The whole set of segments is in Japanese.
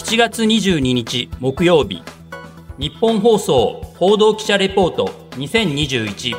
1月22日木曜日、日本放送報道記者レポート2021。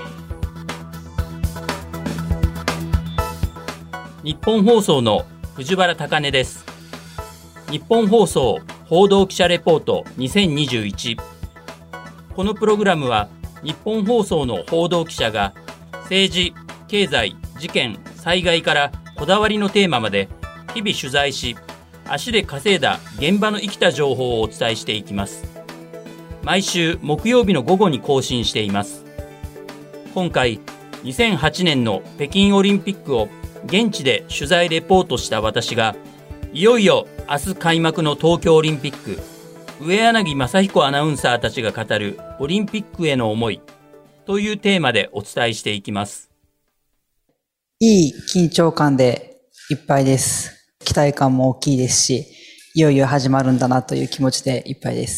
日本放送の藤原貴根です。日本放送報道記者レポート2021。このプログラムは日本放送の報道記者が政治、経済、事件、災害からこだわりのテーマまで日々取材し、足で稼いだ現場の生きた情報をお伝えしていきます。毎週木曜日の午後に更新しています。今回、2008年の北京オリンピックを現地で取材レポートした私が、いよいよ明日開幕の東京オリンピック、上柳正彦アナウンサーたちが語るオリンピックへの思いというテーマでお伝えしていきます。 いい緊張感でいっぱいです。期待感も大きいですし、いよいよ始まるんだなという気持ちでいっぱいです。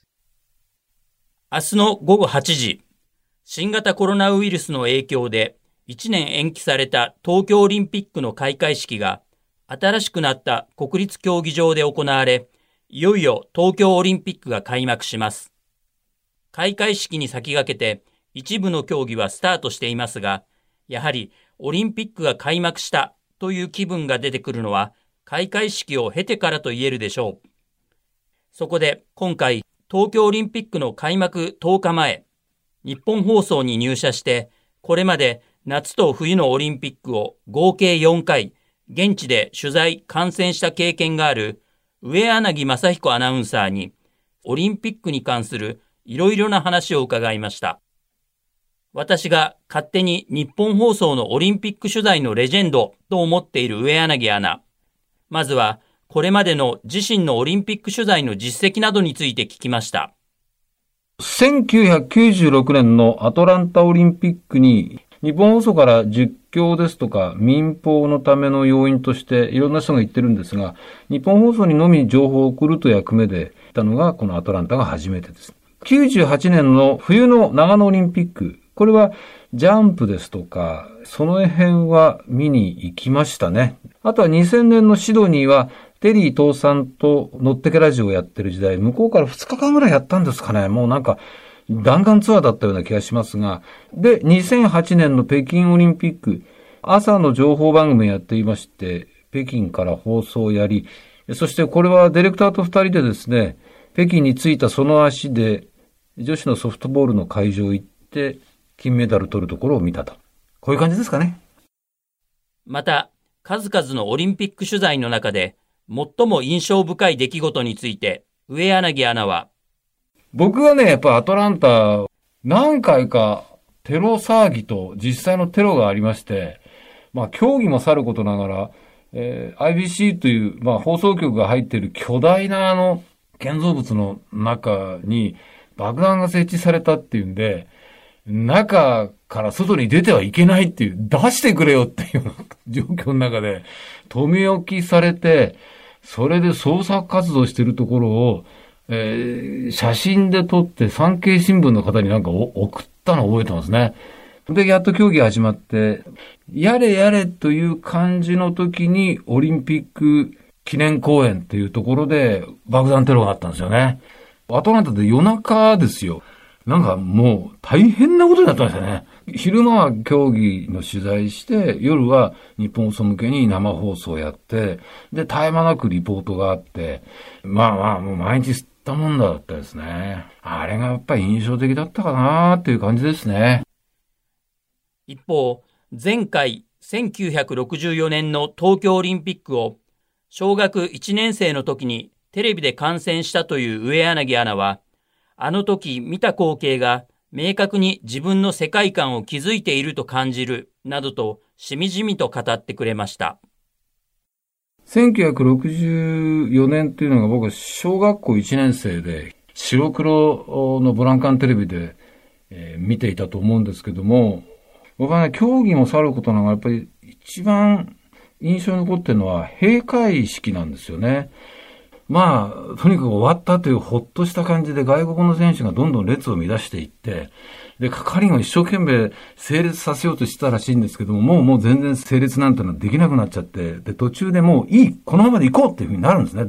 明日の午後8時、新型コロナウイルスの影響で1年延期された東京オリンピックの開会式が新しくなった国立競技場で行われ、いよいよ東京オリンピックが開幕します。開会式に先駆けて一部の競技はスタートしていますが、やはりオリンピックが開幕したという気分が出てくるのは開会式を経てからと言えるでしょう。そこで今回、東京オリンピックの開幕10日前、日本放送に入社して、これまで夏と冬のオリンピックを合計4回、現地で取材・観戦した経験がある上柳正彦アナウンサーに、オリンピックに関するいろいろな話を伺いました。私が勝手に日本放送のオリンピック取材のレジェンドと思っている上柳アナ。まずは、これまでの自身のオリンピック取材の実績などについて聞きました。 1996年のアトランタオリンピックに、日本放送から実況ですとか民放のための要員としていろんな人が言ってるんですが、日本放送にのみ情報を送るという役目で行ったのがこのアトランタが初めてです。98年の冬の長野オリンピック、これはジャンプですとか、その辺は見に行きましたね。あとは2000年のシドニーは、テリー東さんと乗ってけラジオをやってる時代、向こうから2日間ぐらいやったんですかね。もうなんか、弾丸ツアーだったような気がしますが。で、2008年の北京オリンピック、朝の情報番組やっていまして、北京から放送をやり、そしてこれはディレクターと2人でですね、北京に着いたその足で、女子のソフトボールの会場行って、金メダル取るところを見たと。こういう感じですかね。 また、数々のオリンピック取材の中で、最も印象深い出来事について、上柳アナは、 僕はね、やっぱアトランタ、何回かテロ騒ぎと実際のテロがありまして、競技もさることながら、IBC という、放送局が入っている巨大な建造物の中に爆弾が設置されたっていうんで、中から外に出てはいけないっていう、出してくれよっていう状況の中で、留め置きされて、それで捜索活動してるところを、写真で撮って産経新聞の方になんか送ったのを覚えてますね。で、やっと競技が始まって、やれやれという感じの時にオリンピック記念公園っていうところで爆弾テロがあったんですよね。アトランタで夜中ですよ。なんかもう大変なことになってましたね。昼間は競技の取材して、夜は日本放送向けに生放送やって、で、絶え間なくリポートがあって、もう毎日吸ったもんだったですね。あれがやっぱり印象的だったかなっていう感じですね。 一方、前回1964年の東京オリンピックを小学1年生の時にテレビで観戦したという上柳アナは、あの時見た光景が明確に自分の世界観を築いていると感じるなどとしみじみと語ってくれました。 1964年っていうのが僕は小学校1年生で白黒のブランカンテレビで、見ていたと思うんですけども、僕はね、競技もさることながらやっぱり一番印象に残ってるのは閉会式なんですよね。とにかく終わったというほっとした感じで外国の選手がどんどん列を乱していって、で、係員を一生懸命整列させようとしたらしいんですけども、もう全然整列なんてのはできなくなっちゃって、で、途中でもういい、このままで行こうっていうふうになるんですね。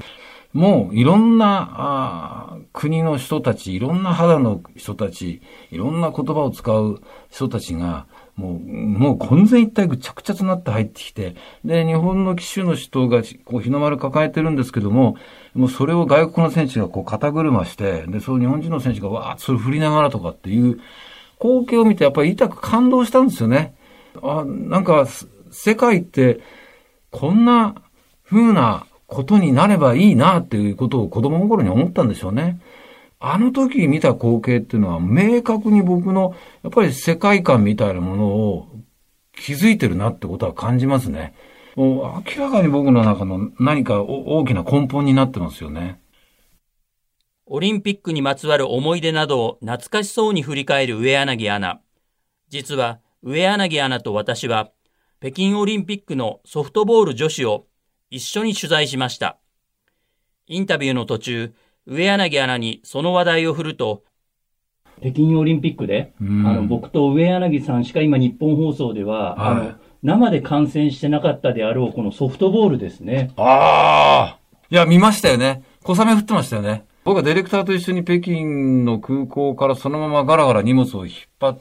もういろんな国の人たち、いろんな肌の人たち、いろんな言葉を使う人たちが、もう混然一体ぐちゃぐちゃとなって入ってきて、で、日本の騎手の人がこう日の丸抱えてるんですけども、もうそれを外国の選手がこう肩車して、で、そう日本人の選手がわーっとそれ振りながらとかっていう光景を見てやっぱり痛く感動したんですよね。なんか世界ってこんな風なことになればいいなっていうことを子供の頃に思ったんでしょうね。あの時見た光景っていうのは明確に僕のやっぱり世界観みたいなものを気づいてるなってことは感じますね。もう明らかに僕の中の何か大きな根本になってますよね。 オリンピックにまつわる思い出などを懐かしそうに振り返る上柳アナ。実は上柳アナと私は北京オリンピックのソフトボール女子を一緒に取材しました。インタビューの途中、上柳アナにその話題を振ると、北京オリンピックで、僕と上柳さんしか今日本放送では、生で観戦してなかったであろうこのソフトボールですね。 いや、見ましたよね。小雨降ってましたよね。僕はディレクターと一緒に北京の空港からそのままガラガラ荷物を引っ張って、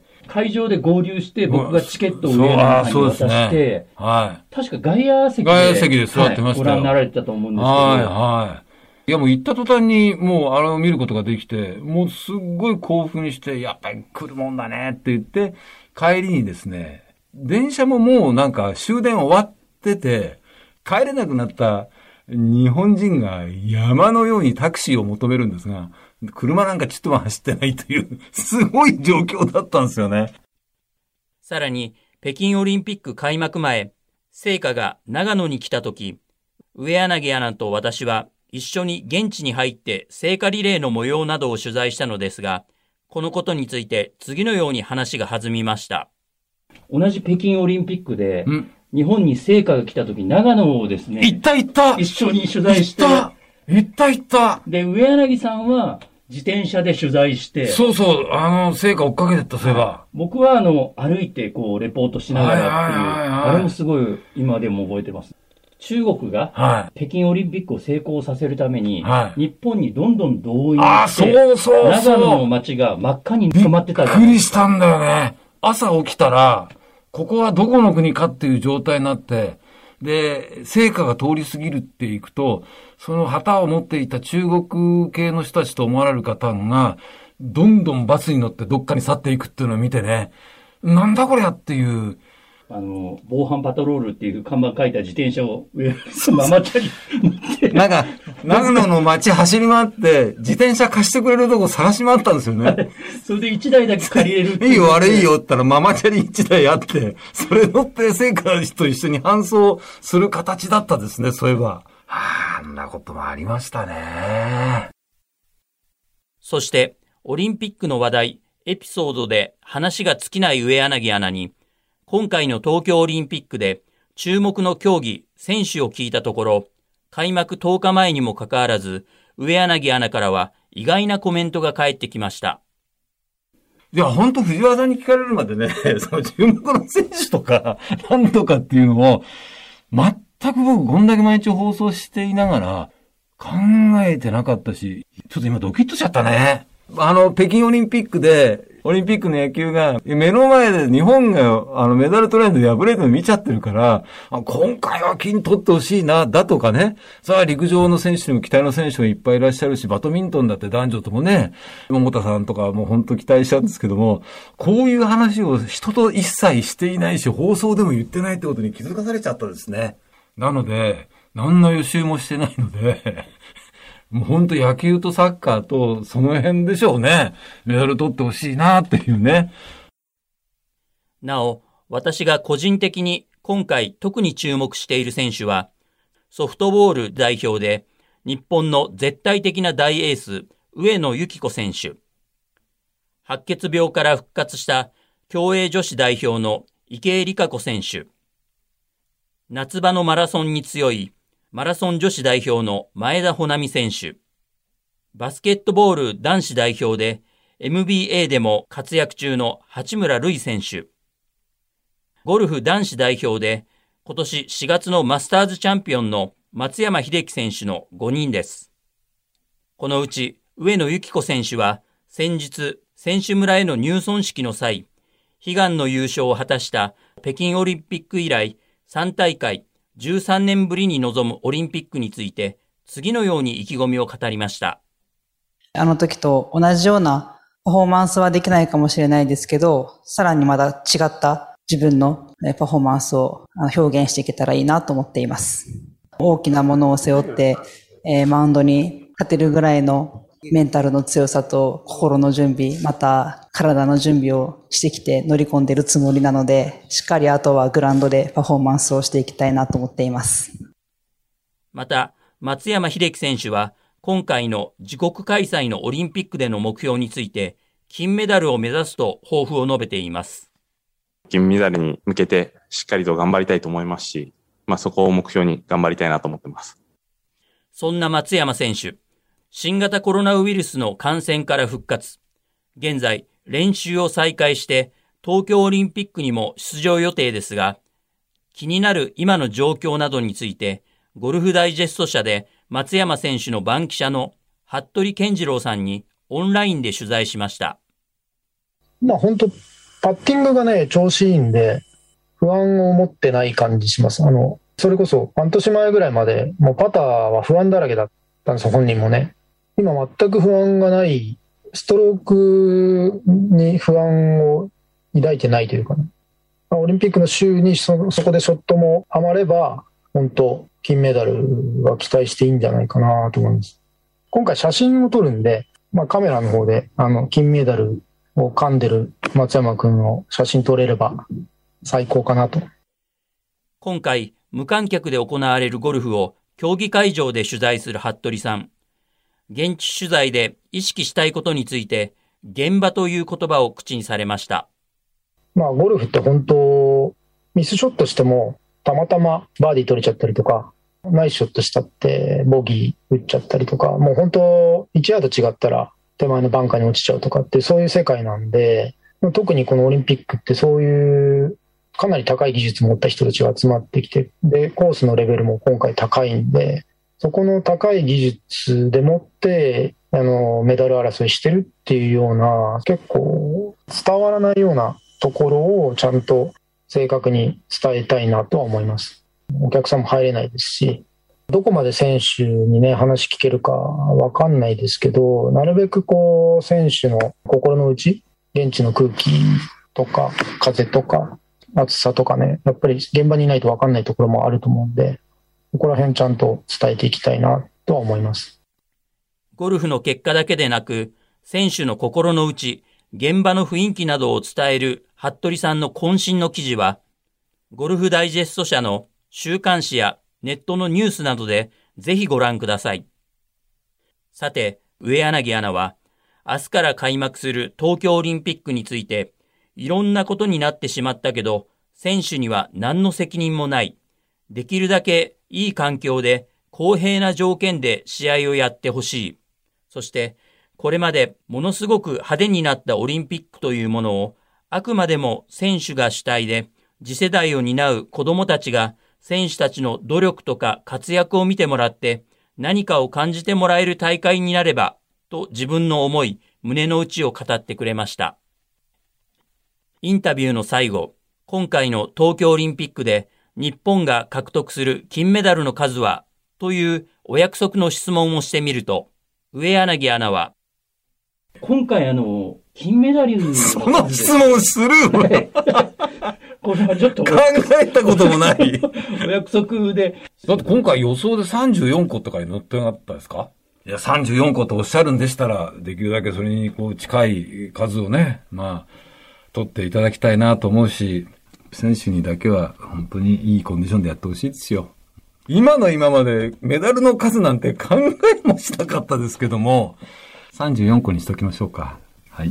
会場で合流して、僕がチケットを上柳さんに渡して、確か外野席で座ってましたよ。 ご覧になられてたと思うんですけど、 いやもう行った途端にもうあれを見ることができて、もうすっごい興奮して、やっぱり来るもんだねって言って、帰りにですね、電車ももうなんか終電終わってて、帰れなくなった日本人が山のようにタクシーを求めるんですが、車なんかちっとも走ってないという、すごい状況だったんですよね。 さらに、北京オリンピック開幕前、聖火が長野に来た時、上柳アナと私は一緒に現地に入って聖火リレーの模様などを取材したのですが、このことについて次のように話が弾みました。同じ北京オリンピックで、日本に聖火が来た時、長野をですね、 行った一緒に取材して、 行った。 で、上柳さんは自転車で取材して、 そう、聖火追っかけてった、そういえば。 僕は歩いてこう、レポートしながらっていう、あれもすごい今でも覚えてます。中国が北京オリンピックを成功させるために、日本にどんどん動員して、長野の街が真っ赤に染まってた。 びっくりしたんだよね。朝起きたら、ここはどこの国かっていう状態になって、で、聖火が通り過ぎるっていくと、その旗を持っていた中国系の人たちと思われる方が、どんどんバスに乗ってどっかに去っていくっていうのを見てね、なんだこりゃっていう。 防犯パトロールっていう看板書いた自転車をママチャリ乗って。 なんか、長野の街走り回って、自転車貸してくれるとこ探し回ったんですよね。 それで1台だけ借りれるっていう。 いいよ、あれいいよって言ったらママチャリ1台あって、それ乗って聖火と一緒に搬送する形だったですね、そういえば。あんなこともありましたね。 そして、オリンピックの話題、エピソードで話が尽きない上柳アナに、今回の東京オリンピックで注目の競技、選手を聞いたところ、開幕10日前にもかかわらず、上柳アナからは意外なコメントが返ってきました。 いや、本当藤原さんに聞かれるまでね、その注目の選手とか、なんとかっていうのを、全く僕こんだけ毎日放送していながら、考えてなかったし、ちょっと今ドキッとしちゃったね。北京オリンピックで、オリンピックの野球が目の前で日本がメダル取れないで敗れるの見ちゃってるから、今回は金取ってほしいな、だとかね。さあ陸上の選手にも期待の選手がいっぱいいらっしゃるし、バドミントンだって男女ともね、桃田さんとかもう本当期待しちゃうんですけども、こういう話を人と一切していないし、放送でも言ってないってことに気づかされちゃったですね。なので、何の予習もしてないので、もう本当野球とサッカーとその辺でしょうね。メダル取ってほしいなっていうね。 なお、私が個人的に今回特に注目している選手は、ソフトボール代表で日本の絶対的な大エース、上野由岐子選手。白血病から復活した競泳女子代表の池江璃花子選手。夏場のマラソンに強いマラソン女子代表の前田穂南選手。バスケットボール男子代表で NBA でも活躍中の八村塁選手。ゴルフ男子代表で今年4月のマスターズチャンピオンの松山英樹選手の5人です。このうち上野由岐子選手は先日、選手村への入村式の際、悲願の優勝を果たした北京オリンピック以来3大会13年ぶりに臨むオリンピックについて次のように意気込みを語りました。 あの時と同じようなパフォーマンスはできないかもしれないですけど、さらにまだ違った自分のパフォーマンスを表現していけたらいいなと思っています。大きなものを背負って、マウンドに立てるぐらいのメンタルの強さと心の準備、また体の準備をしてきて乗り込んでいるつもりなので、しっかりあとはグラウンドでパフォーマンスをしていきたいなと思っています。 また、松山英樹選手は今回の自国開催のオリンピックでの目標について、金メダルを目指すと抱負を述べています。 金メダルに向けてしっかりと頑張りたいと思いますし、そこを目標に頑張りたいなと思っています。 そんな松山選手、新型コロナウイルスの感染から復活。現在、練習を再開して東京オリンピックにも出場予定ですが、気になる今の状況などについて、ゴルフダイジェスト社で松山選手の番記者の服部健次郎さんにオンラインで取材しました。 本当パッティングがね、調子いいんで、不安を持ってない感じします。それこそ半年前ぐらいまで、もうパターは不安だらけだったんですよ、本人もね。今全く不安がない、ストロークに不安を抱いてないというかね。オリンピックの週にそこでショットもはまれば、本当金メダルは期待していいんじゃないかなと思います。今回写真を撮るんで、カメラの方で金メダルを噛んでる松山君の写真撮れれば最高かなと。 今回無観客で行われるゴルフを競技会場で取材する服部さん。現地取材で意識したいことについて、現場という言葉を口にされました。 ゴルフって本当ミスショットしてもたまたまバーディー取れちゃったりとか、ナイスショットしたってボギー打っちゃったりとか、もう本当1ヤード違ったら手前のバンカーに落ちちゃうとかって、そういう世界なんで、特にこのオリンピックってそういうかなり高い技術を持った人たちが集まってきて、でコースのレベルも今回高いんで、そこの高い技術でもってメダル争いしてるっていうような、結構伝わらないようなところをちゃんと正確に伝えたいなとは思います。お客さんも入れないですし、どこまで選手にね話聞けるかわかんないですけど、なるべく選手の心の内、現地の空気とか風とか暑さとかね、やっぱり現場にいないとわかんないところもあると思うんで、ここら辺ちゃんと伝えていきたいなとは思います。 ゴルフの結果だけでなく、選手の心の内、現場の雰囲気などを伝える服部さんの渾身の記事は、ゴルフダイジェスト社の週刊誌やネットのニュースなどでぜひご覧ください。さて、上柳アナは、明日から開幕する東京オリンピックについて、いろんなことになってしまったけど、選手には何の責任もない。できるだけいい環境で公平な条件で試合をやってほしい。そして、これまでものすごく派手になったオリンピックというものを、あくまでも選手が主体で、次世代を担う子どもたちが選手たちの努力とか活躍を見てもらって何かを感じてもらえる大会になればと自分の思い、胸の内を語ってくれました。インタビューの最後、今回の東京オリンピックで日本が獲得する金メダルの数はというお約束の質問をしてみると、上柳アナは、今回金メダルのその質問スルーこれはちょっと考えたこともない。 お約束で。 だって今回予想で34個とかに載ってなかったですか？いや、34個とおっしゃるんでしたら、できるだけそれに近い数をね、取っていただきたいなと思うし、選手にだけは本当にいいコンディションでやってほしいですよ。今までメダルの数なんて考えもしなかったですけども、34個にしときましょうか。はい。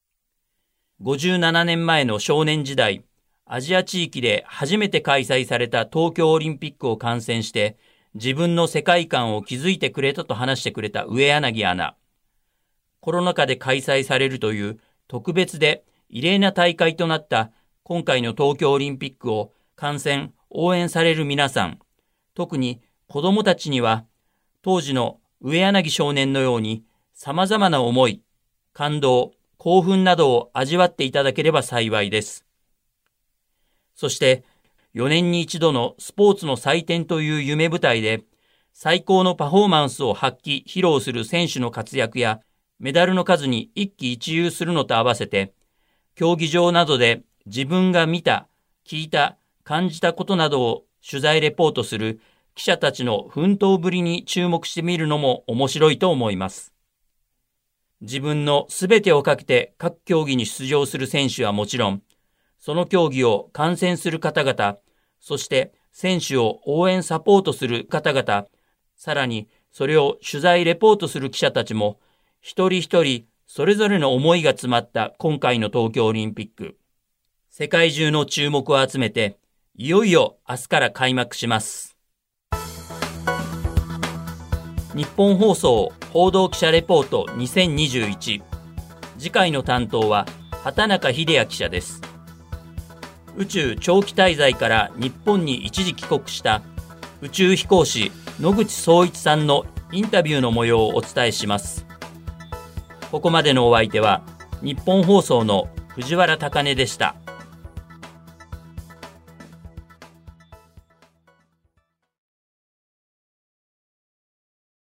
57年前の少年時代、アジア地域で初めて開催された東京オリンピックを観戦して、自分の世界観を築いてくれたと話してくれた上柳アナ。コロナ禍で開催されるという特別で異例な大会となった今回の東京オリンピックを観戦、応援される皆さん、特に子供たちには当時の上柳少年のように様々な思い、感動、興奮などを味わっていただければ幸いです。そして4年に一度のスポーツの祭典という夢舞台で最高のパフォーマンスを発揮、披露する選手の活躍やメダルの数に一喜一憂するのと合わせて、競技場などで自分が見た、聞いた、感じたことなどを取材レポートする記者たちの奮闘ぶりに注目してみるのも面白いと思います。自分のすべてをかけて各競技に出場する選手はもちろん、その競技を観戦する方々、そして選手を応援サポートする方々、さらにそれを取材レポートする記者たちも、一人一人それぞれの思いが詰まった今回の東京オリンピック。世界中の注目を集めて、いよいよ明日から開幕します。日本放送報道記者レポート2021。次回の担当は畑中秀也記者です。宇宙長期滞在から日本に一時帰国した宇宙飛行士野口聡一さんのインタビューの模様をお伝えします。ここまでのお相手は日本放送の藤原貴根でした。